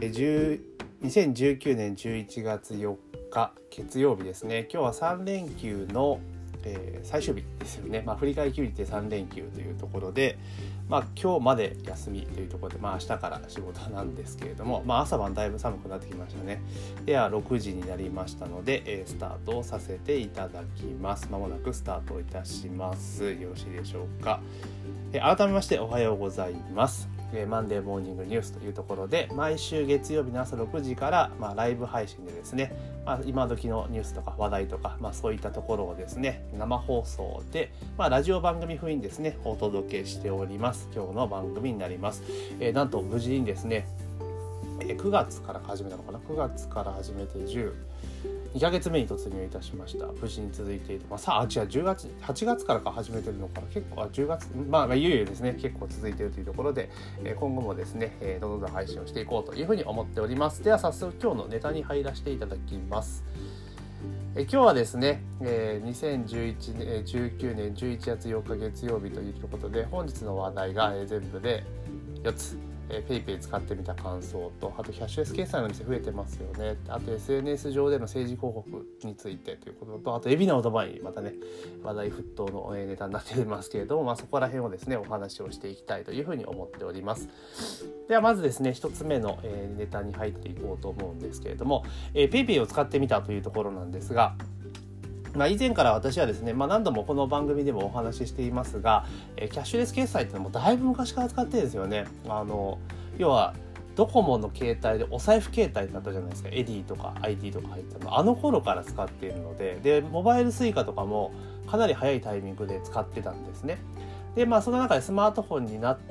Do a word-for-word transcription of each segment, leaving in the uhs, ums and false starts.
にせんじゅうきゅうねんじゅういちがつよっか月曜日ですね。今日はさん連休の、えー、最終日ですよね。まあ、振り替え休日でさん連休というところで、まあ、今日まで休みというところで、まあ、明日から仕事なんですけれども、まあ、朝晩だいぶ寒くなってきましたね。ではろくじになりましたので、えー、スタートをさせていただきます。まもなくスタートいたします。よろしいでしょうか。えー、改めましておはようございます。マンデーモーニングニュースというところで、毎週月曜日の朝ろくじから、まあ、ライブ配信でですね、まあ、今時のニュースとか話題とか、まあ、そういったところをですね、生放送で、まあ、ラジオ番組風にですねお届けしております。今日の番組になります。えー、なんと無事にですね、えー、くがつから始めたのかなくがつから始めてじゅうにかげつめに突入いたしました。無事に続いている、まあ、さあ違うじゅうがつはちがつからか始めてるのかな結構あじゅうがつまあ、まあ、いよいよですね結構続いているというところで、えー、今後もですね、えー、どんどん配信をしていこうというふうに思っております。では早速今日のネタに入らせていただきます。えー、今日はですね、えー、にせんじゅうきゅうねんじゅういちがつよっか月曜日ということで、本日の話題が、えー、全部でよっつ。PayPay 使ってみた感想と、あとキャッシュレス決済の店増えてますよね、あと エスエヌエス 上での政治広告についてということと、あと海老名オートバイまたね話題沸騰のネタになっていますけれども、まあ、そこら辺をですねお話をしていきたいというふうに思っております。ではまずですね一つ目のネタに入っていこうと思うんですけれども、PayPay を使ってみたというところなんですが、まあ、以前から私はですね、まあ、何度もこの番組でもお話ししていますが、えー、キャッシュレス決済っていうのもだいぶ昔から使ってるんですよね。あの要はドコモの携帯でお財布携帯だったじゃないですか。エディとか アイティー とか入ったのあの頃から使っているので、でモバイルスイカとかもかなり早いタイミングで使ってたんですね。でまあその中でスマートフォンになって、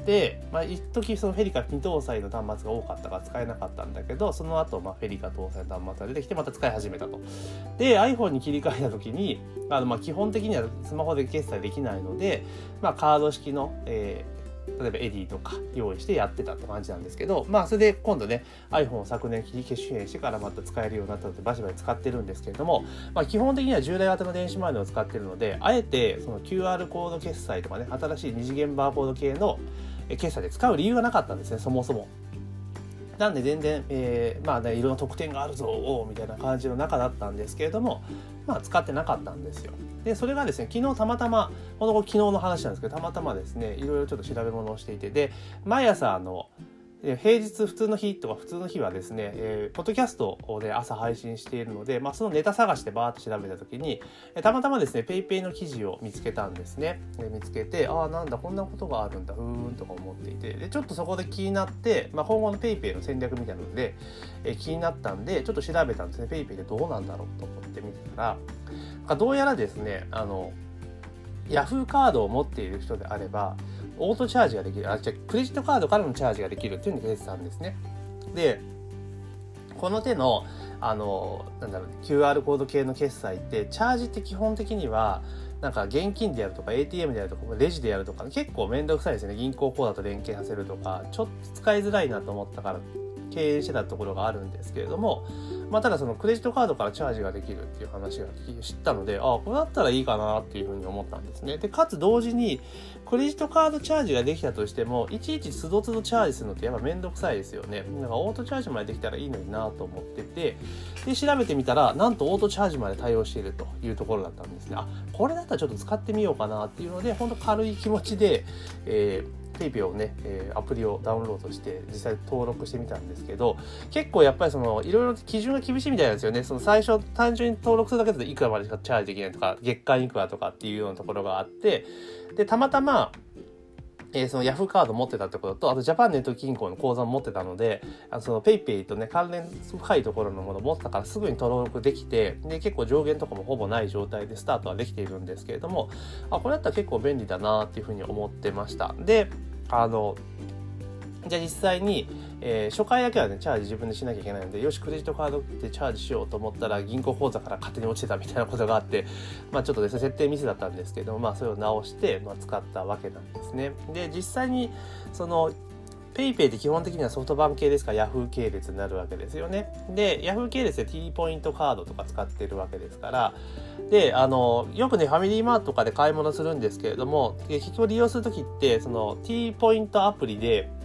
まあ一時そのフェリカに搭載の端末が多かったから使えなかったんだけど、その後まあフェリカ搭載の端末が出てきてまた使い始めたと。で iPhone に切り替えた時にあのまあ基本的にはスマホで決済できないので、まあカード式の、えー例えばエディとか用意してやってたって感じなんですけど、まあそれで今度ね iPhone を昨年機種変してからまた使えるようになったのでバシバシ使ってるんですけれども、まあ基本的には従来型の電子マネーを使ってるので、あえてその キューアール コード決済とかね、新しい二次元バーコード系の決済で使う理由がなかったんですね、そもそも。なんで全然、えー、まあねいろんな特典があるぞおみたいな感じの中だったんですけれども、まあ使ってなかったんですよ。でそれがですね昨日たまたまこの昨日の話なんですけど、たまたまですねいろいろちょっと調べ物をしていて、で毎朝あの平日普通の日とか普通の日はですね、えー、ポッドキャストで朝配信しているので、まあ、そのネタ探してバーッと調べた時にたまたまですね PayPay の記事を見つけたんですね。で見つけて、ああなんだこんなことがあるんだうーんとか思っていて、でちょっとそこで気になって、まあ、今後の PayPay の戦略みたいなので、えー、気になったんでちょっと調べたんですね。 PayPay でどうなんだろうと思ってみてたら、どうやらですねあのヤフーカードを持っている人であればオートチャージができる、あ、じゃクレジットカードからのチャージができるっていうのに出てたんですね。で、この手のあのなんだろう キューアール コード系の決済ってチャージって基本的にはなんか現金でやるとか エーティーエム でやるとかレジでやるとか結構めんどくさいですね。銀行口座と連携させるとかちょっと使いづらいなと思ったから経営してたところがあるんですけれども、まあ、ただそのクレジットカードからチャージができるっていう話が知ったので、ああこれだったらいいかなっていうふうに思ったんですね。でかつ同時にクレジットカードチャージができたとしてもいちいちつどつどチャージするのってやっぱめんどくさいですよね。だからオートチャージまでできたらいいのになと思ってて、で調べてみたらなんとオートチャージまで対応しているというところだったんですね。あこれだったらちょっと使ってみようかなっていうので本当軽い気持ちで、えーPayPay をね、えー、アプリをダウンロードして実際登録してみたんですけど、結構やっぱりそのいろいろ基準が厳しいみたいなんですよね。その最初単純に登録するだけだといくらまでしかチャージできないとか月間いくらとかっていうようなところがあって、でたまたまえー、そのヤフーカード持ってたってことと、あとジャパンネット銀行の口座も持ってたので、あのそのペイペイとね関連深いところのものを持ってたからすぐに登録できて、で結構上限とかもほぼない状態でスタートはできているんですけれども、あこれだったら結構便利だなっていうふうに思ってました。であのじゃあ実際に、えー、初回だけはねチャージ自分でしなきゃいけないので、よしクレジットカードでチャージしようと思ったら銀行口座から勝手に落ちてたみたいなことがあって、まあちょっとですね設定ミスだったんですけども、まあそれを直して、まあ、使ったわけなんですね。で実際にそのペイペイって基本的にはソフトバンク系ですからヤフー系列になるわけですよね。でヤフー系列で T ポイントカードとか使ってるわけですから、であのよくねファミリーマートとかで買い物するんですけれども、結局利用するときってその T ポイントアプリで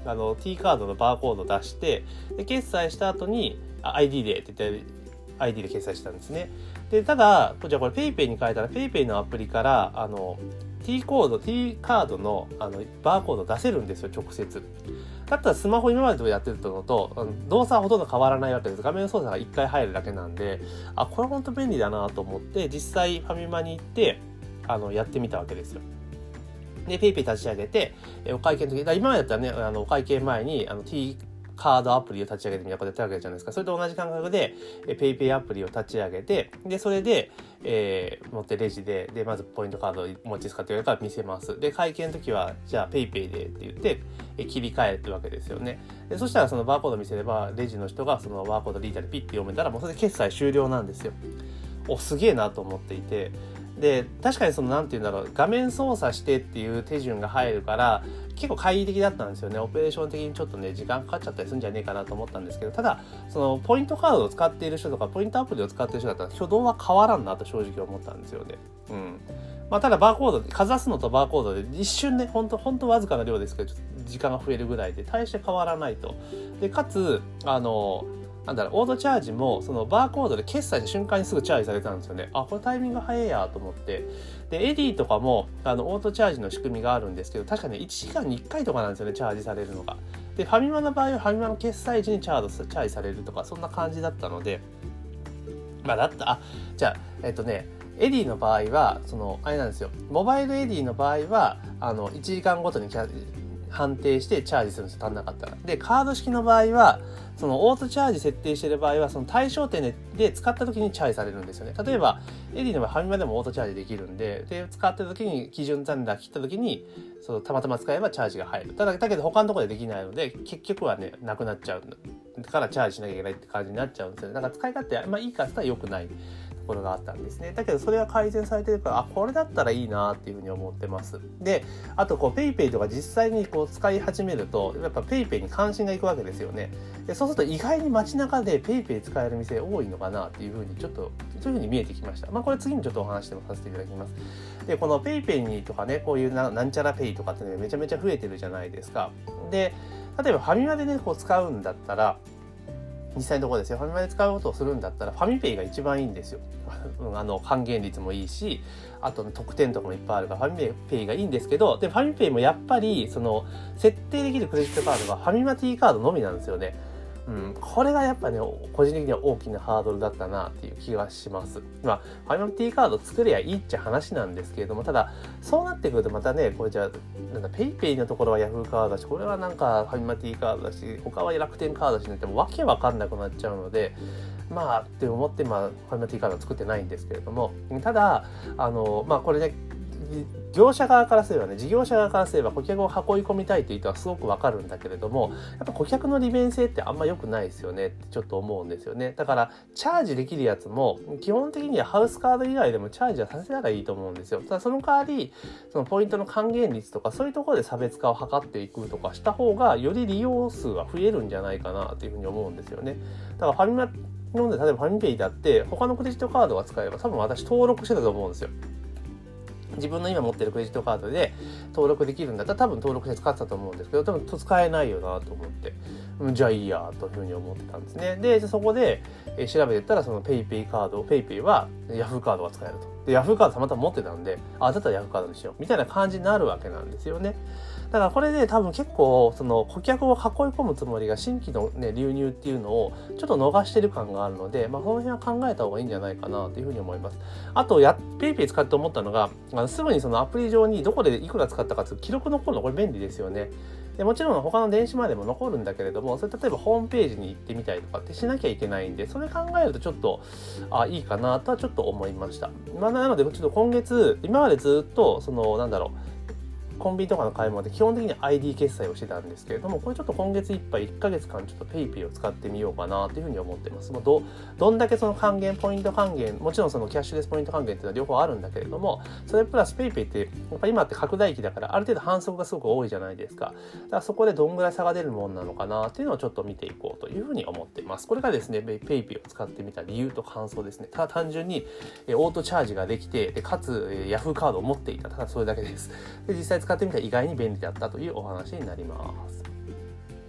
あの T カードのバーコードを出して、で決済した後に アイディー でって言って アイディー で決済したんですね。でただじゃあこれ PayPay に変えたら PayPay のアプリからあの T コード T カードのあのバーコードを出せるんですよ、直接。だったらスマホ今までとやってるのと動作はほとんど変わらないわけです。画面操作がいっかい入るだけなんで、あこれ本当便利だなと思って実際ファミマに行ってあのやってみたわけですよ。で PayPay 立ち上げてお会計の時、今までだったらねあのお会計前にあの T カードアプリを立ち上げてみたいなことやってるわけじゃないですか。それと同じ感覚で PayPay アプリを立ち上げて、でそれで、えー、持ってレジででまずポイントカードを持ち使ってくれるから見せます。で会計の時はじゃあ PayPay でって言ってえ切り替えるわけですよね。でそしたらそのバーコード見せればレジの人がそのバーコードリーダーでピッて読めたらもうそれで決済終了なんですよ。おすげえなと思っていて、で確かにそのなんていうんだろう、画面操作してっていう手順が入るから結構懐疑的だったんですよね。オペレーション的にちょっとね時間かかっちゃったりするんじゃねえかなと思ったんですけど、ただそのポイントカードを使っている人とかポイントアプリを使っている人だったら挙動は変わらんなと正直思ったんですよね。うんまあ、ただバーコードかざすのとバーコードで一瞬ねほんとほんとわずかな量ですけどちょっと時間が増えるぐらいで大して変わらないと。でかつあのなんだろう、オートチャージもそのバーコードで決済した瞬間にすぐチャージされたんですよね。あ、これタイミング早いやと思って。でエディとかもあのオートチャージの仕組みがあるんですけど、確かにいちじかんにいっかいとかなんですよね、チャージされるのが。でファミマの場合はファミマの決済時にチャージ、チャージされるとかそんな感じだったので、まあだったあじゃあえっとねエディの場合はそのあれなんですよ、モバイルエディの場合はあのいちじかんごとにキャ判定してチャージするんですよ、足んなかったら。でカード式の場合はそのオートチャージ設定している場合はその対象店で使った時にチャージされるんですよね。例えばエディの場合ファミマでもオートチャージできるんで、で使った時に基準残高切った時にそのたまたま使えばチャージが入る。ただだけど他のところでできないので結局はねなくなっちゃうからチャージしなきゃいけないって感じになっちゃうんですよね。だから使い勝手まあいいかって言ったら良くないところがあったんですね。だけどそれは改善されてるからあこれだったらいいなっていうふうに思ってます。であとこう PayPay とか実際にこう使い始めるとやっぱ PayPay に関心がいくわけですよね。でそうすると意外に街中で PayPay 使える店多いのかなっていうふうにちょっとそういうふうに見えてきました。まあこれ次にちょっとお話してもさせていただきます。でこの PayPay にとかねこういう な, なんちゃら Pay とかってねめちゃめちゃ増えてるじゃないですか。で例えばファミマでねこう使うんだったら実際のところですよ、ファミマで使うことをするんだったらファミペイが一番いいんですよ。あの還元率もいいし、あと特典とかもいっぱいあるからファミペイがいいんですけど、でファミペイもやっぱりその設定できるクレジットカードがファミマ T カードのみなんですよね。うん、これがやっぱね個人的には大きなハードルだったなっていう気がします。まあファミマ T カード作れやいいっちゃ話なんですけれども、ただそうなってくるとまたねこれじゃあなんだペイペイのところはヤフーカードだし、これはなんかファミマ T カードだし、他は楽天カードだしねってもわけわかんなくなっちゃうので、まあって思ってまあファミマ T カードは作ってないんですけれども、ただあのまあこれね業者側からすればね事業者側からすれば顧客を囲い込みたいという意図はすごくわかるんだけれども、やっぱ顧客の利便性ってあんま良くないですよねってちょっと思うんですよね。だからチャージできるやつも基本的にはハウスカード以外でもチャージはさせたらいいと思うんですよ。ただその代わりそのポイントの還元率とかそういうところで差別化を図っていくとかした方がより利用数が増えるんじゃないかなというふうに思うんですよね。だからファミマので例えばファミペイだって他のクレジットカードが使えば多分私登録してたと思うんですよ。自分の今持ってるクレジットカードで登録できるんだったら多分登録して使ってたと思うんですけど、多分使えないよなと思って、うん、じゃあいいやというふうに思ってたんですね。でそこで調べてったらその PayPay カード PayPay は Yahoo カードが使えると。で Yahoo カードたまたま持ってたんで、あだったら Yahoo カードにしようみたいな感じになるわけなんですよね。だからこれで多分結構その顧客を囲い込むつもりが新規の、ね、流入っていうのをちょっと逃してる感があるので、まあ、その辺は考えた方がいいんじゃないかなというふうに思います。あとや PayPay 使って思ったのがあのすぐにそのアプリ上にどこでいくら使ったかっていう記録残るのこれ便利ですよね。でもちろん他の電子マネーも残るんだけれども、それ例えばホームページに行ってみたりとかってしなきゃいけないんで、それ考えるとちょっとあいいかなとはちょっと思いました。まあ、なのでちょっと今月今までずっとそのなんだろうコンビニとかの買い物で基本的に アイディー 決済をしてたんですけれども、これちょっと今月いっぱいいっかげつかんちょっと PayPay を使ってみようかなというふうに思ってます。もう ど, どんだけその還元ポイント還元、もちろんそのキャッシュレスポイント還元っていうのは両方あるんだけれども、それプラス PayPay ってやっぱ今って拡大期だからある程度反則がすごく多いじゃないですか。だからそこでどんぐらい差が出るものなのかなっていうのをちょっと見ていこうというふうに思っています。これがですね PayPay を使ってみた理由と感想ですね。ただ単純にオートチャージができて、でかつ Yahoo カードを持っていた、ただそれだけです。で実際使ってみたら意外に便利便利だったというお話になります。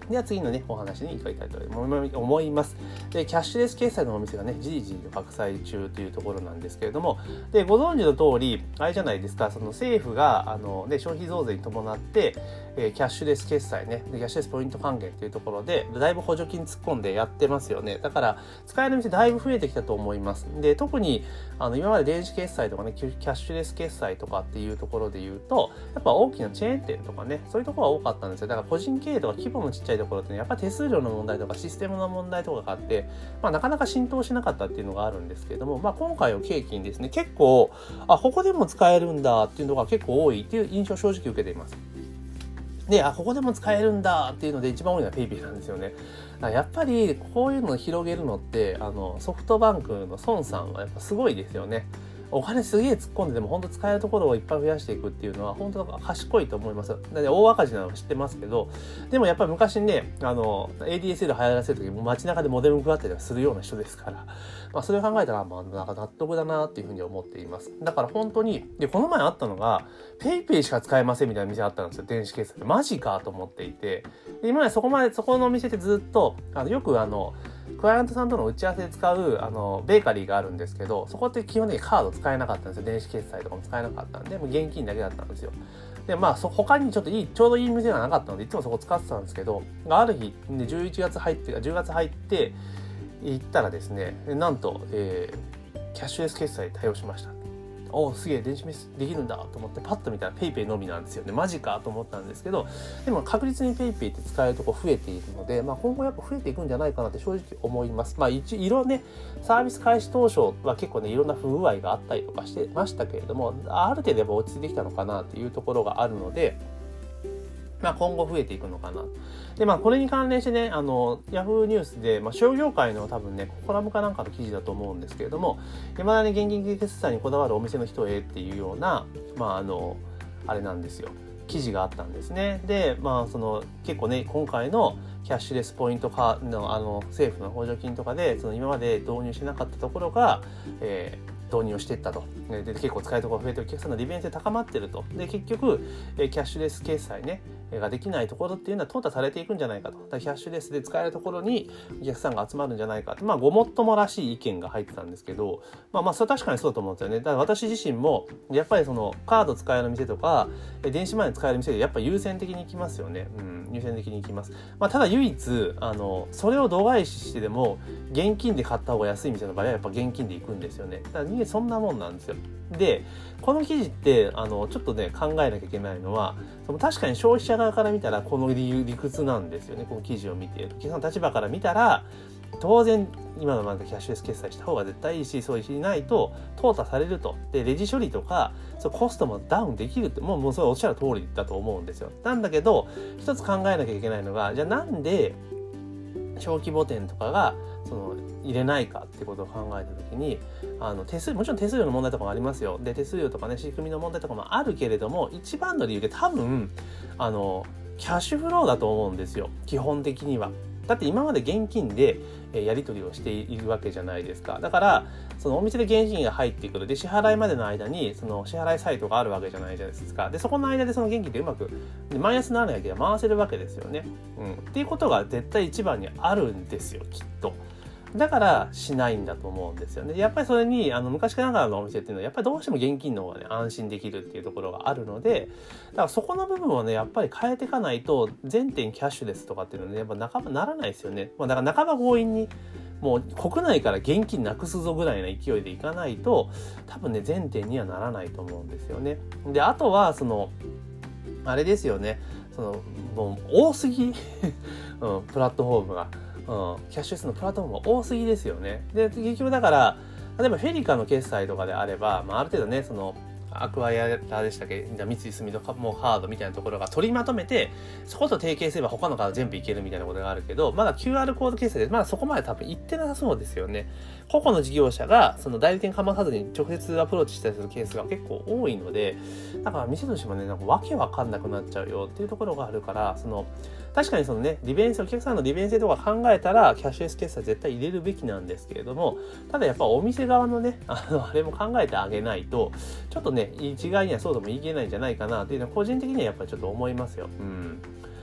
では次のね、お話に行きたいと思います。で、キャッシュレス決済のお店がね、じりじりと拡大中というところなんですけれども、で、ご存知の通り、あれじゃないですか、その政府が、あの、ね、消費増税に伴って、えー、キャッシュレス決済ね、キャッシュレスポイント還元というところで、だいぶ補助金突っ込んでやってますよね。だから、使える店だいぶ増えてきたと思います。で、特に、あの、今まで電子決済とかね、キャッシュレス決済とかっていうところで言うと、やっぱ大きなチェーン店とかね、そういうところが多かったんですよ。だから個人経営とか規模のちっちゃいところってね、やっぱ手数料の問題とかシステムの問題とかがあって、まあなかなか浸透しなかったっていうのがあるんですけれども、まあ今回を契機にですね、結構、あ、ここでも使えるんだっていうのが結構多いっていう印象を正直受けています。で、あ、ここでも使えるんだっていうので一番多いのは PayPay なんですよね。やっぱりこういうのを広げるのって、あの、ソフトバンクの孫さんはやっぱすごいですよね。お金すげえ突っ込んででも本当使えるところをいっぱい増やしていくっていうのは本当賢いと思います。だって大赤字なのは知ってますけど、でもやっぱり昔ね、あの エーディーエスエル 流行らせる時も街中でモデル配ったりはするような人ですから、まあそれを考えたらまあなんか納得だなっていうふうに思っています。だから本当にでこの前あったのが PayPay しか使えませんみたいな店あったんですよ。電子決済でマジかと思っていて、で今までそこまでそこのお店でずっとあのよくあのクライアントさんとの打ち合わせで使うあのベーカリーがあるんですけど、そこって基本的にカード使えなかったんですよ。電子決済とかも使えなかったんで、もう現金だけだったんですよ。で、まあそ他にちょっといいちょうどいい店がなかったのでいつもそこ使ってたんですけど、ある日でじゅういちがつ入ってじゅうがつ入って行ったらですね、なんと、えー、キャッシュレス決済対応しました。おすげえ電子メスできるんだと思ってパッと見たら PayPay のみなんですよね。マジかと思ったんですけど、でも確実に PayPay って使えるとこ増えているので、まあ、今後やっぱ増えていくんじゃないかなって正直思います。まあ一いろねサービス開始当初は結構ねいろんな不具合があったりとかしてましたけれども、ある程度やっぱ落ち着いてきたのかなっていうところがあるので、まあ、今後増えていくのかな。で、まあ、これに関連してね、あの、ヤフーニュースで、まあ、商業界の多分ね、コラムかなんかの記事だと思うんですけれども、未だに現金決済にこだわるお店の人へっていうような、まあ、あの、あれなんですよ。記事があったんですね。で、まあ、その、結構ね、今回のキャッシュレスポイント化の、あの、政府の補助金とかで、その、今まで導入しなかったところが、えー導入をしていったと。で、結構使えるところが増えてお客さんの利便性高まってると。で、結局、キャッシュレス決済ね、ができないところっていうのは淘汰されていくんじゃないかと。だからキャッシュレスで使えるところにお客さんが集まるんじゃないかと。まあ、ごもっともらしい意見が入ってたんですけど、まあまあ、それは確かにそうだと思うんですよね。だから私自身も、やっぱりその、カード使える店とか、電子マネー使える店でやっぱ優先的に行きますよね。うん、優先的に行きます。まあ、ただ唯一、あの、それを度外視してでも、現金で買った方が安い店の場合はやっぱ現金で行くんですよね。だから人間そんなもんなんですよ。で、この記事ってあのちょっとね考えなきゃいけないのは、その確かに消費者側から見たらこの理由理屈なんですよね。この記事を見て、お客さんの立場から見たら当然今のままキャッシュレス決済した方が絶対いいし、そうしないと淘汰されると。で、レジ処理とかそうコストもダウンできるって、もうもうそれおっしゃる通りだと思うんですよ。なんだけど一つ考えなきゃいけないのが、じゃあなんで小規模店とかがその入れないかってことを考えたときに、あの手数もちろん手数料の問題とかもありますよ。で、手数料とかね仕組みの問題とかもあるけれども、一番の理由で多分あのキャッシュフローだと思うんですよ、基本的には。だって今まで現金でやり取りをしているわけじゃないですか。だからそのお店で現金が入ってくる、で支払いまでの間にその支払いサイトがあるわけじゃないじゃないですか。でそこの間でその現金でうまくマイナスにならないけど回せるわけですよね、うん、っていうことが絶対一番にあるんですよ、きっと。だからしないんだと思うんですよね。やっぱりそれにあの昔ながらのお店っていうのはやっぱりどうしても現金の方がね安心できるっていうところがあるので、だからそこの部分をねやっぱり変えていかないと全店キャッシュレスとかっていうのはねやっぱ半ばならないですよね。まあ、だから半ば強引にもう国内から現金なくすぞぐらいの勢いでいかないと多分ね全店にはならないと思うんですよね。で、あとはそのあれですよね、そのもう多すぎ、うん、プラットフォームが。うん、キャッシュレスのプラットフォームが多すぎですよね。で、結局だから、例えばフェリカの決済とかであれば、まあ、ある程度ね、その、アクアイアでしたっけ、三井住友もカードみたいなところが取りまとめて、そこと提携すれば他のカード全部いけるみたいなことがあるけど、まだ キューアール コード決済でまだそこまで多分いってなさそうですよね。個々の事業者がその代理店かまさずに直接アプローチしたりするケースが結構多いので、だから店としてもね、なんかわけわかんなくなっちゃうよっていうところがあるから、その確かにそのね、利便性、お客さんの利便性とか考えたらキャッシュレス決済絶対入れるべきなんですけれども、ただやっぱお店側のね、あのあれも考えてあげないとちょっとね、一概にはそうとも言い切れないんじゃないかなっていうのは個人的にはやっぱりちょっと思いますよ。うん。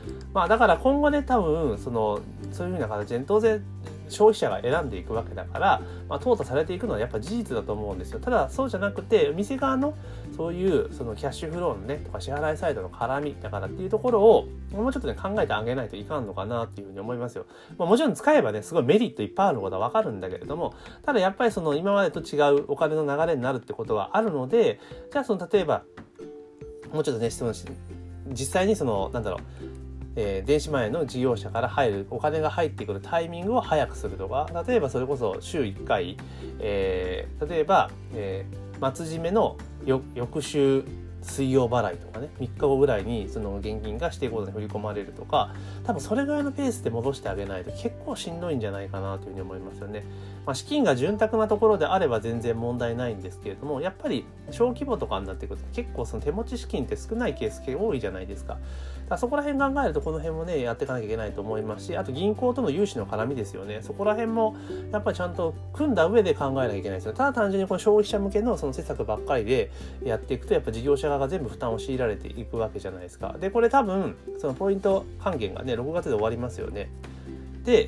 まあだから今後ね多分そのそういうふうな形で当然消費者が選んでいくわけだから、まあ、淘汰されていくのはやっぱ事実だと思うんですよ。ただそうじゃなくて店側のそういうそのキャッシュフローのねとか支払いサイトの絡みだからっていうところをもうちょっとね考えてあげないといかんのかなっていうふうに思いますよ。まあ、もちろん使えばねすごいメリットいっぱいあることはわかるんだけれども、ただやっぱりその今までと違うお金の流れになるってことはあるので、じゃあその例えばもうちょっとね質問して実際にそのなんだろうえー、電子マネーの事業者から入るお金が入ってくるタイミングを早くするとか、例えばそれこそ週いっかい、えー、例えば、えー、末締めのよ翌週水曜払いとかねみっかごぐらいにその現金が指定口座に振り込まれるとか、多分それぐらいのペースで戻してあげないと結構しんどいんじゃないかなというふうに思いますよね。まあ、資金が潤沢なところであれば全然問題ないんですけれども、やっぱり小規模とかになってくると結構その手持ち資金って少ないケース多いじゃないですか。だからそこら辺考えるとこの辺もねやっていかなきゃいけないと思いますし、あと銀行との融資の絡みですよね。そこら辺もやっぱりちゃんと組んだ上で考えなきゃいけないですよ。ただ単純にこの消費者向けのその施策ばっかりでやっていくとやっぱ事業者側が全部負担を強いられていくわけじゃないですか。でこれ多分そのポイント還元がねろくがつで終わりますよね。で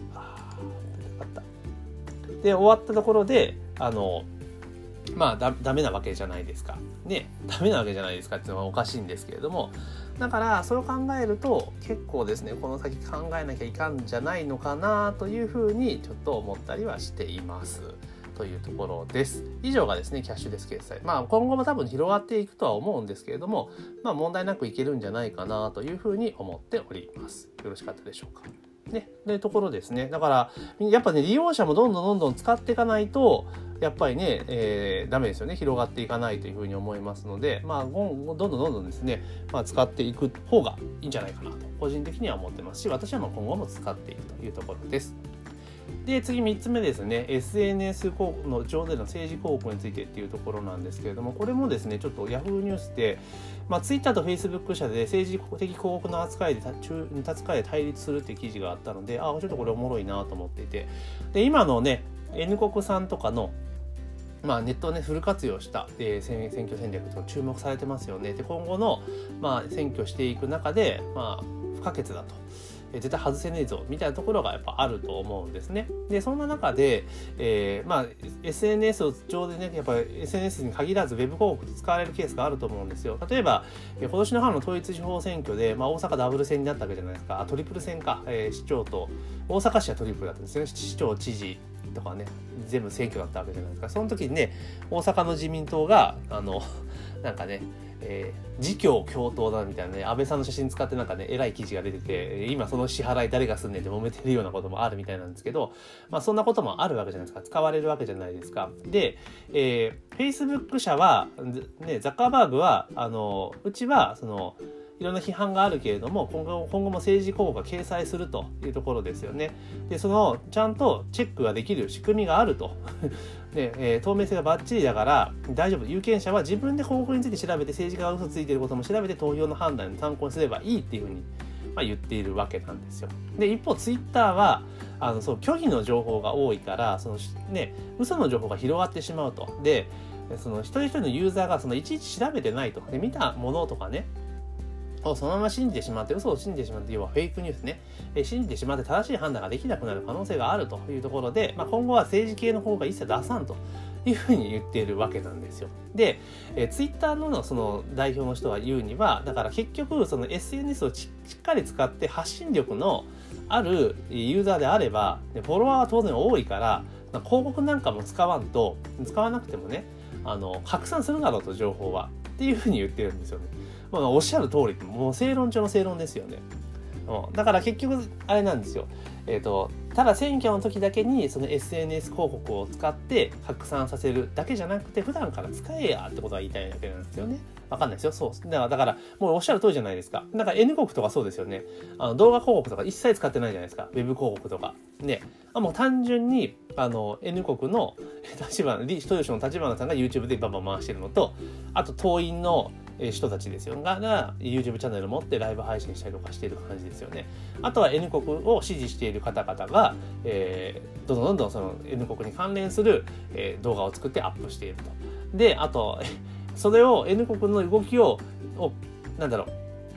で終わったところであのまあだダメなわけじゃないですかね、ダメなわけじゃないですかっていうのはおかしいんですけれども、だからそれを考えると結構ですねこの先考えなきゃいかんじゃないのかなというふうにちょっと思ったりはしていますというところです。以上がですねキャッシュレス決済、まあ今後も多分広がっていくとは思うんですけれども、まあ問題なくいけるんじゃないかなというふうに思っております。よろしかったでしょうかね、というところですね。だからやっぱね利用者もどんどんどんどん使っていかないとやっぱりね、えー、ダメですよね。広がっていかないというふうに思いますので、まあどんどんどんどんですね、まあ、使っていく方がいいんじゃないかなと個人的には思ってますし、私はまあ今後も使っていくというところです。で次みっつめですね エスエヌエス 広告の上での政治広告についてっていうところなんですけれども、これもですねちょっと Yahoo ニュースで、まあ、Twitter と Facebook 社で政治的広告の扱いで扱いで対立するっていう記事があったので、あちょっとこれおもろいなと思っていて、で今のね N 国さんとかのまあ、ネットをねフル活用した、えー、選挙戦略と注目されてますよね。で今後の、まあ、選挙していく中で、まあ、不可欠だと、えー、絶対外せねえぞみたいなところがやっぱあると思うんですね。でそんな中で、えーまあ、エスエヌエス 上でねやっぱ エスエヌエス に限らずウェブ広告で使われるケースがあると思うんですよ。例えば、えー、今年の春の統一地方選挙で、まあ、大阪ダブル選になったわけじゃないですか。トリプル選か、えー、市長と大阪市はトリプルだったんですね。市長知事とかね全部選挙だったわけじゃないですか。その時にね大阪の自民党があのなんかね、えー、自供共闘だみたいなね安倍さんの写真使ってなんかね偉い記事が出てて、今その支払い誰がすんねんって揉めてるようなこともあるみたいなんですけど、まあそんなこともあるわけじゃないですか。使われるわけじゃないですか。で、えー、Facebook 社はねザッカーバーグはあのうちはそのいろんな批判があるけれども今後、今後も政治広告が掲載するというところですよね。でそのちゃんとチェックができる仕組みがあるとで、えー、透明性がバッチリだから大丈夫、有権者は自分で広告について調べて政治家が嘘ついていることも調べて投票の判断に参考にすればいいっていうふうに、まあ、言っているわけなんですよ。で一方ツイッターはあのそう虚偽の情報が多いからその、ね、嘘の情報が広がってしまうと。でその一人一人のユーザーがそのいちいち調べてないと。で見たものとかねをそのまま信じてしまって嘘を信じてしまって要はフェイクニュースね、え信じてしまって正しい判断ができなくなる可能性があるというところで、まあ、今後は政治系の方が一切出さんというふうに言っているわけなんですよ。で、えツイッターのその代表の人は言うにはだから結局その エスエヌエス を し, しっかり使って発信力のあるユーザーであればフォロワーは当然多いから広告なんかも使わんと使わなくてもねあの拡散するだろうと情報はっていうふうに言ってるんですよね。まあ、おっしゃる通りもう正論中の正論ですよね。うん、だから結局あれなんですよ、えーと、ただ選挙の時だけにその エスエヌエス 広告を使って拡散させるだけじゃなくて普段から使えやってことは言いたいわけなんですよね。わかんないですよ。そうだからだからもうおっしゃる通りじゃないですか。だから N 国とかそうですよね。あの動画広告とか一切使ってないじゃないですか。ウェブ広告とかね。あもう単純にあの N 国の立花人吉の立花さんが YouTube でバンバン回してるのと、あと党員の人たちですよがが YouTube チャンネルを持ってライブ配信したりとかしている感じですよね。あとは N 国を支持している方々が、えー、どんどんどんどんその N 国に関連する、えー、動画を作ってアップしていると。であとそれを N 国の動きををなんだろう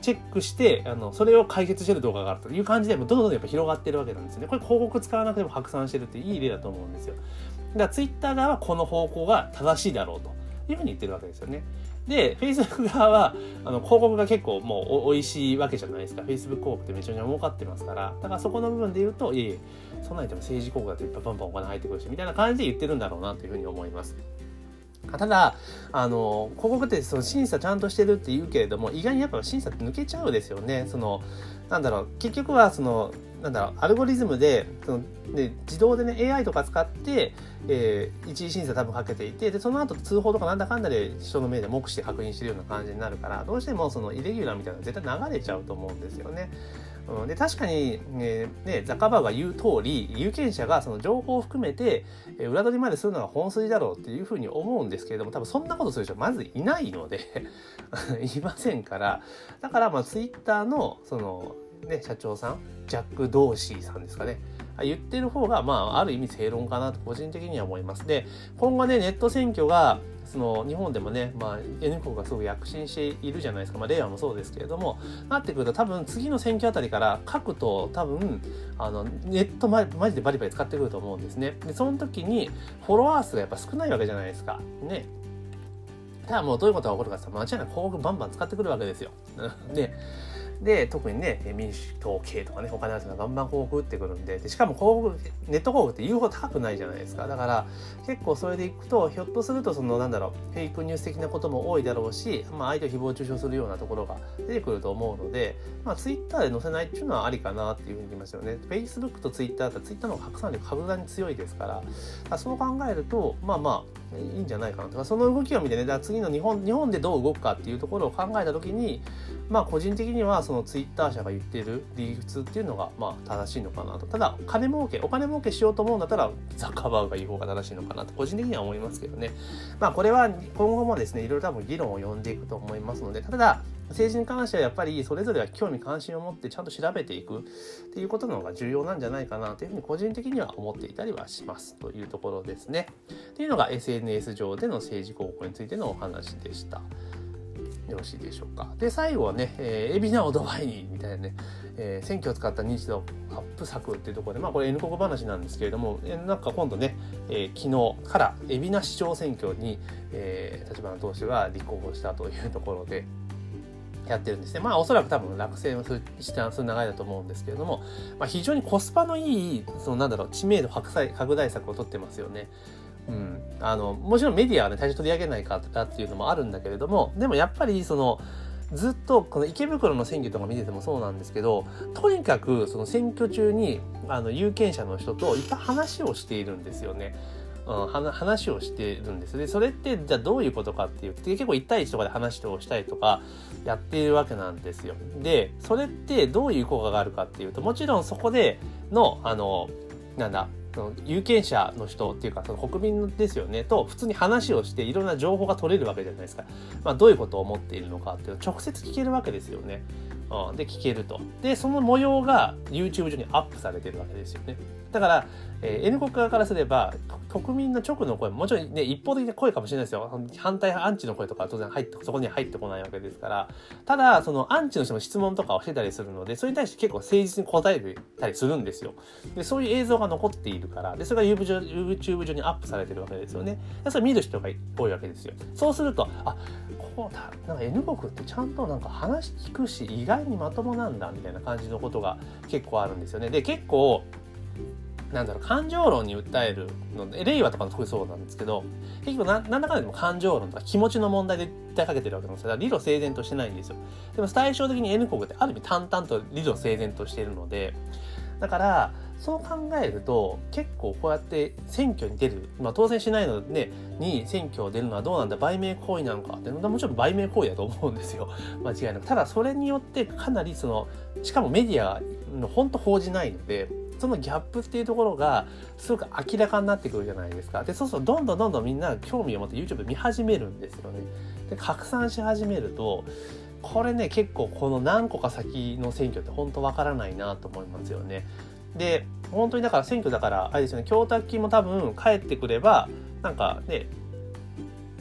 チェックしてあのそれを解決してる動画があるという感じでどんどんどんどんやっぱ広がってるわけなんですよね。これ広告使わなくても拡散してるっていい例だと思うんですよ。だからツイッター側はこの方向が正しいだろうというふうに言ってるわけですよね。で Facebook 側はあの広告が結構もうおいしいわけじゃないですか。 Facebook 広告ってめちゃめちゃ儲かってますから、だからそこの部分で言うといえいえそんなにでも政治広告だといっぱいバンバンお金入ってくるしみたいな感じで言ってるんだろうなというふうに思います。ただあの広告ってその審査ちゃんとしてるって言うけれども、意外にやっぱ審査って抜けちゃうんですよね。そのなんだろう結局はそのなんだろうアルゴリズムでそので自動でね エーアイ とか使って、えー、一次審査多分かけていて、でその後通報とかなんだかんだで人の目で目視して確認してるような感じになるから、どうしてもそのイレギュラーみたいなの絶対流れちゃうと思うんですよね。うん、で確かに、ねね、ザッカーバーグが言う通り有権者がその情報を含めて、えー、裏取りまでするのが本筋だろうっていうふうに思うんですけれども、多分そんなことする人はまずいないのでいませんから、だからまあツイッターのそのね、社長さんジャック・ドーシーさんですかね、言ってる方がまあある意味正論かなと個人的には思います。で今後ねネット選挙がその日本でもね、まあ、N 国がすごく躍進しているじゃないですか、まあ、令和もそうですけれども、なってくると多分次の選挙あたりから各党多分あのネットマジでバリバリ使ってくると思うんですね。でその時にフォロワー数がやっぱ少ないわけじゃないですかね。ただもうどういうことが起こるかって言ったら間違いなく広告バンバン使ってくるわけですよ。でで特にね民主党系とかねお金ある人がバンバン広告打ってくるんで、でしかも広告ネット広告って言うほど高くないじゃないですか。だから結構それでいくとひょっとするとそのなんだろうフェイクニュース的なことも多いだろうし、まあ、相手を誹謗中傷するようなところが出てくると思うので、まあ、ツイッターで載せないっていうのはありかなっていうふうに言いますよね。Facebook とツイッターだったらツイッターの方が拡散力格段に強いですから、からそう考えるとまあまあいいんじゃないかなとか、その動きを見てね、だから次の日本日本でどう動くかっていうところを考えた時に、まあ個人的にはそのツイッター社が言っている理屈っていうのがまあ正しいのかなと。ただ金儲けお金儲けしようと思うんだったらザッカーバーグが言う方が正しいのかなと個人的には思いますけどね。まあこれは今後もですねいろいろ多分議論を呼んでいくと思いますので、ただ政治に関してはやっぱりそれぞれは興味関心を持ってちゃんと調べていくっていうことの方が重要なんじゃないかなというふうに個人的には思っていたりはしますというところですね。っていうのが エスエヌエス 上での政治広告についてのお話でした。よろしいでしょうか。で最後はね、えー、海老名をドバイにみたいなね、えー、選挙を使った認知度アップ策っていうところで、まあこれ N 国話なんですけれども、えー、なんか今度ね、えー、昨日から海老名市長選挙に、えー、立花党首が立候補したというところでやってるんですね。まあおそらく多分落選をする時間数長いだと思うんですけれども、まあ、非常にコスパのいいそのなんだろう知名度拡大拡大策を取ってますよね。うん、あのもちろんメディアはね大して取り上げないからっていうのもあるんだけれども、でもやっぱりそのずっとこの池袋の選挙とか見ててもそうなんですけど、とにかくその選挙中にあの有権者の人といっぱい話をしているんですよね。うん、話をしてるんです。でそれってじゃあどういうことかっていうと、結構いち対いちとかで話をしたりとかやっているわけなんですよ。でそれってどういう効果があるかっていうと、もちろんそこでのあのなんだその有権者の人っていうかその国民ですよねと普通に話をしていろんな情報が取れるわけじゃないですか。まあ、どういうことを思っているのかっていうのを直接聞けるわけですよね。うん、で聞けると。でその模様が YouTube 上にアップされてるわけですよね。だから、えー、N 国側からすれば国民の直の声ももちろんね一方的な声かもしれないですよ。反対アンチの声とかは当然入ってそこには入ってこないわけですから、ただそのアンチの人も質問とかをしてたりするので、それに対して結構誠実に答えてたりするんですよ。でそういう映像が残っているから、でそれが YouTube 上にアップされてるわけですよね。でそれ見る人が多いわけですよ。そうするとあこうだなんか N 国ってちゃんとなんか話聞くし意外にまともなんだみたいな感じのことが結構あるんですよね。で結構なんだろう感情論に訴えるので、令和とかの特にそうなんですけど、結局何らかでも感情論とか気持ちの問題で訴えかけてるわけなんですよ。理路整然としてないんですよ。でも対照的に N 国ってある意味淡々と理路整然としているので、だからそう考えると結構こうやって選挙に出る、まあ当選しないので、ね、に選挙を出るのはどうなんだ、売名行為なのかって、もちろん売名行為だと思うんですよ。間違いなく。ただそれによってかなりそのしかもメディアの本当報じないので、そのギャップっていうところがすごく明らかになってくるじゃないですか。でそうするとどんどんどんどんみんな興味を持って YouTube 見始めるんですよね。で拡散し始めるとこれね結構この何個か先の選挙って本当わからないなと思いますよね。で本当にだから選挙だからあれですよね、供託金も多分返ってくればなんかね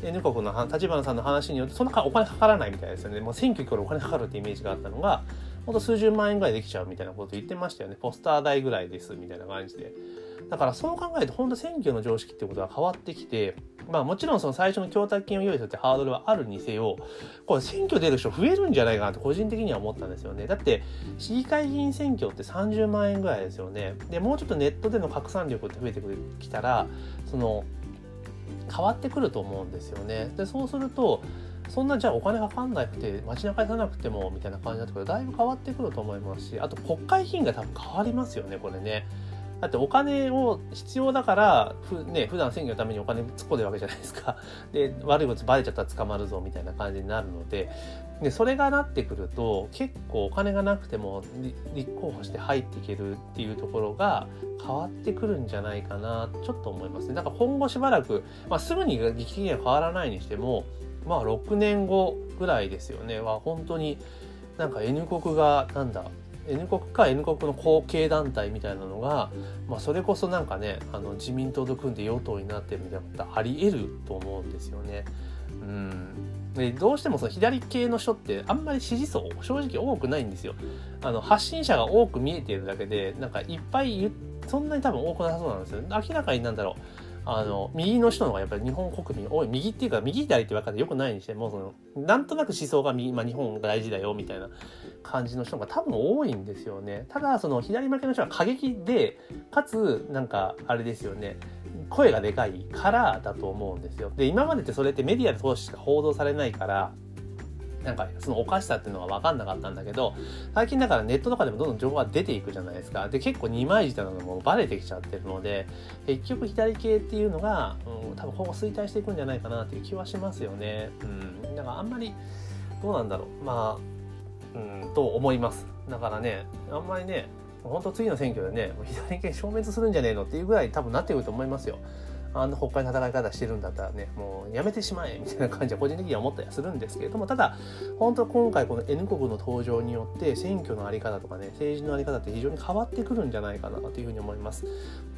N 国の立花さんの話によってそんなお金かからないみたいですよね。もう選挙からお金かかるってイメージがあったのがほんと数十万円ぐらいできちゃうみたいなこと言ってましたよね。ポスター代ぐらいですみたいな感じで。だからそう考えると本当選挙の常識ってことは変わってきて、まあもちろんその最初の供託金を用意するってハードルはあるにせよ、これ選挙出る人増えるんじゃないかなと個人的には思ったんですよね。だって市議会議員選挙ってさんじゅうまんえんぐらいですよね。でもうちょっとネットでの拡散力って増えてきたらその変わってくると思うんですよね。でそうするとそんなじゃあお金かかんなくて街中さなくてもみたいな感じになってくるとだいぶ変わってくると思いますし、あと国会議員が多分変わりますよねこれね。だってお金を必要だからふ、ね、普段選挙のためにお金突っ込んでるわけじゃないですか。で悪いことバレちゃったら捕まるぞみたいな感じになるので、でそれがなってくると結構お金がなくても立候補して入っていけるっていうところが変わってくるんじゃないかなちょっと思いますね。だから今後しばらく、まあ、すぐに劇的には変わらないにしてもまあろくねんごぐらいですよねは本当になんか N 国がなんだN 国か N 国の後継団体みたいなのが、まあ、それこそなんかねあの自民党と組んで与党になってるみたいなことあり得ると思うんですよね。うんでどうしてもその左系の人ってあんまり支持層正直多くないんですよ。あの発信者が多く見えているだけでなんかいっぱい言そんなに多分多くなさそうなんですよ。明らかになんだろうあの右の人の方がやっぱり日本国民多い。右っていうか右左って分かってよくないにしてもそのなんとなく思想が右、まあ、日本が大事だよみたいな感じの人が多分多いんですよね。ただその左負けの人は過激でかつなんかあれですよね声がでかいからだと思うんですよ。で今までってそれってメディアで通ししか報道されないからなんかそのおかしさっていうのは分かんなかったんだけど最近だからネットとかでもどんどん情報が出ていくじゃないですか。で結構二枚舌なのもバレてきちゃってるので結局左系っていうのが、うん、多分今後衰退していくんじゃないかなっていう気はしますよね。うん、だからあんまりどうなんだろうまあうんと思います。だからねあんまりね本当次の選挙でね左系消滅するんじゃねえのっていうぐらい多分なってくると思いますよ。あんな国会の戦い方してるんだったらねもうやめてしまえみたいな感じは個人的には思ったりはするんですけれども、ただ本当今回この N 国の登場によって選挙の在り方とかね政治の在り方って非常に変わってくるんじゃないかなというふうに思います。うん、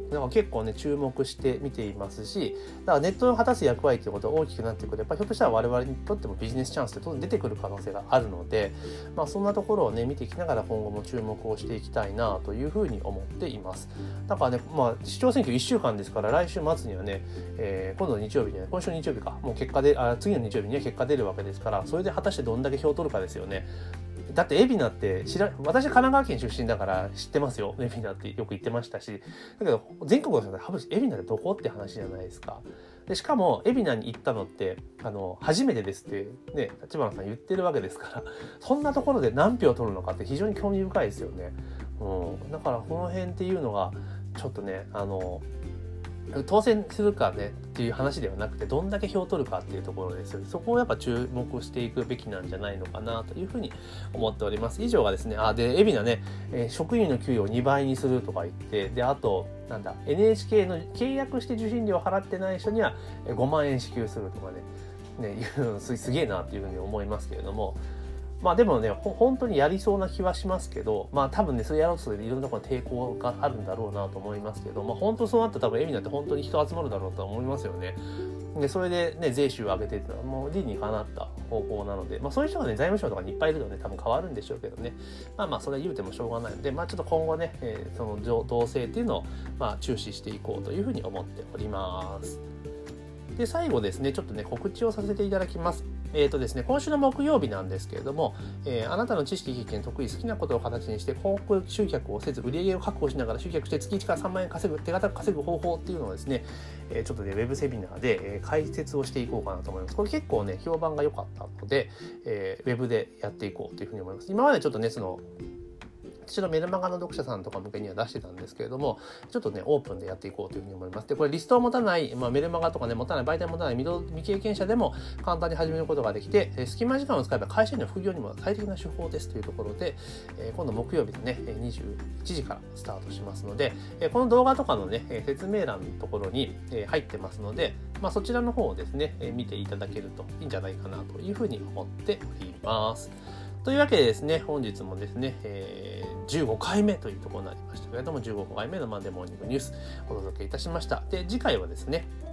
だから結構ね注目して見ていますし、だからネットの果たす役割ということが大きくなってくるとやっぱりひょっとしたら我々にとってもビジネスチャンスって当然出てくる可能性があるので、まあ、そんなところをね見ていきながら今後も注目をしていきたいなというふうに思っています。だからね、まあ、市長選挙いっしゅうかんですから来週末にはね、えー、今度の日曜日にね今週の日曜日かもう結果であ次の日曜日には結果出るわけですから、それで果たしてどんだけ票取るかですよね。だって海老名って知ら私は神奈川県出身だから知ってますよ。海老名ってよく言ってましたし、だけど全国の人で海老名ってどこって話じゃないですか。でしかも海老名に行ったのってあの初めてですってね立花さん言ってるわけですから、そんなところで何票取るのかって非常に興味深いですよね。うん、だからこの辺っていうのがちょっとねあの当選するかねっていう話ではなくてどんだけ票を取るかっていうところですよね。そこをやっぱ注目していくべきなんじゃないのかなというふうに思っております。以上がですねあで海老名ね、えー、職員の給与をにばいにするとか言ってであとなんだ エヌエイチケー の契約して受信料を払ってない人にはごまんえん支給するとかねねいうすすげえなっていうふうに思いますけれども、まあでもね本当にやりそうな気はしますけど、まあ多分ねそれやろうとするといろんなところに抵抗があるんだろうなと思いますけど、まあ本当そうなったら多分海老名って本当に人集まるだろうと思いますよね。でそれでね税収を上げてっていうのはもう理にかなった方法なので、まあそういう人がね財務省とかにいっぱいいるので多分変わるんでしょうけどね、まあまあそれは言うてもしょうがないので、まあちょっと今後ね、えー、その動静っていうのをまあ注視していこうというふうに思っております。で最後ですねちょっとね告知をさせていただきます。えーとですね、今週の木曜日なんですけれども、えー、あなたの知識経験得意好きなことを形にして広告集客をせず売上を確保しながら集客して月いちからさんまんえん稼ぐ手堅く稼ぐ方法っていうのをですね、えー、ちょっとねウェブセミナーで、えー、解説をしていこうかなと思います。これ結構ね評判が良かったので、えー、ウェブでやっていこうというふうに思います。今までちょっとねその私のメルマガの読者さんとか向けには出してたんですけれどもちょっとねオープンでやっていこうというふうに思います。でこれリストを持たない、まあ、メルマガとかね持たない媒体を持たない未未経験者でも簡単に始めることができて隙間時間を使えば会社員の副業にも最適な手法ですというところで、えー、今度木曜日のねにじゅういちじからスタートしますので、えー、この動画とかのね説明欄のところに入ってますので、まあ、そちらの方をですね見ていただけるといいんじゃないかなというふうに思っております。というわけでですね本日もですね、えーじゅうごかいめというところになりましたけれどもじゅうごかいめのマンデーモーニングニュースお届けいたしました。で次回はですね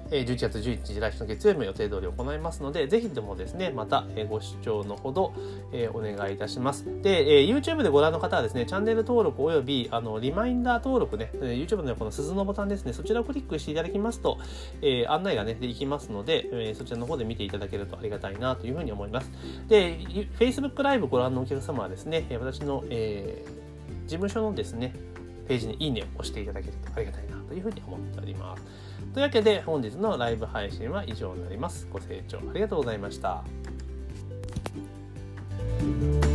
じゅういちがつじゅういちにち来週の月曜日も予定通り行いますので、ぜひともですね、またご視聴のほどお願いいたします。で、YouTube でご覧の方はですね、チャンネル登録およびあのリマインダー登録ね、YouTube のこの鈴のボタンですね、そちらをクリックしていただきますと、えー、案内がね、できますので、えー、そちらの方で見ていただけるとありがたいなというふうに思います。で、Facebook ライブご覧のお客様はですね、私の、えー、事務所のですね、ページにいいねを押していただけるとありがたいなというふうに思っております。というわけで本日のライブ配信は以上になります。ご清聴ありがとうございました。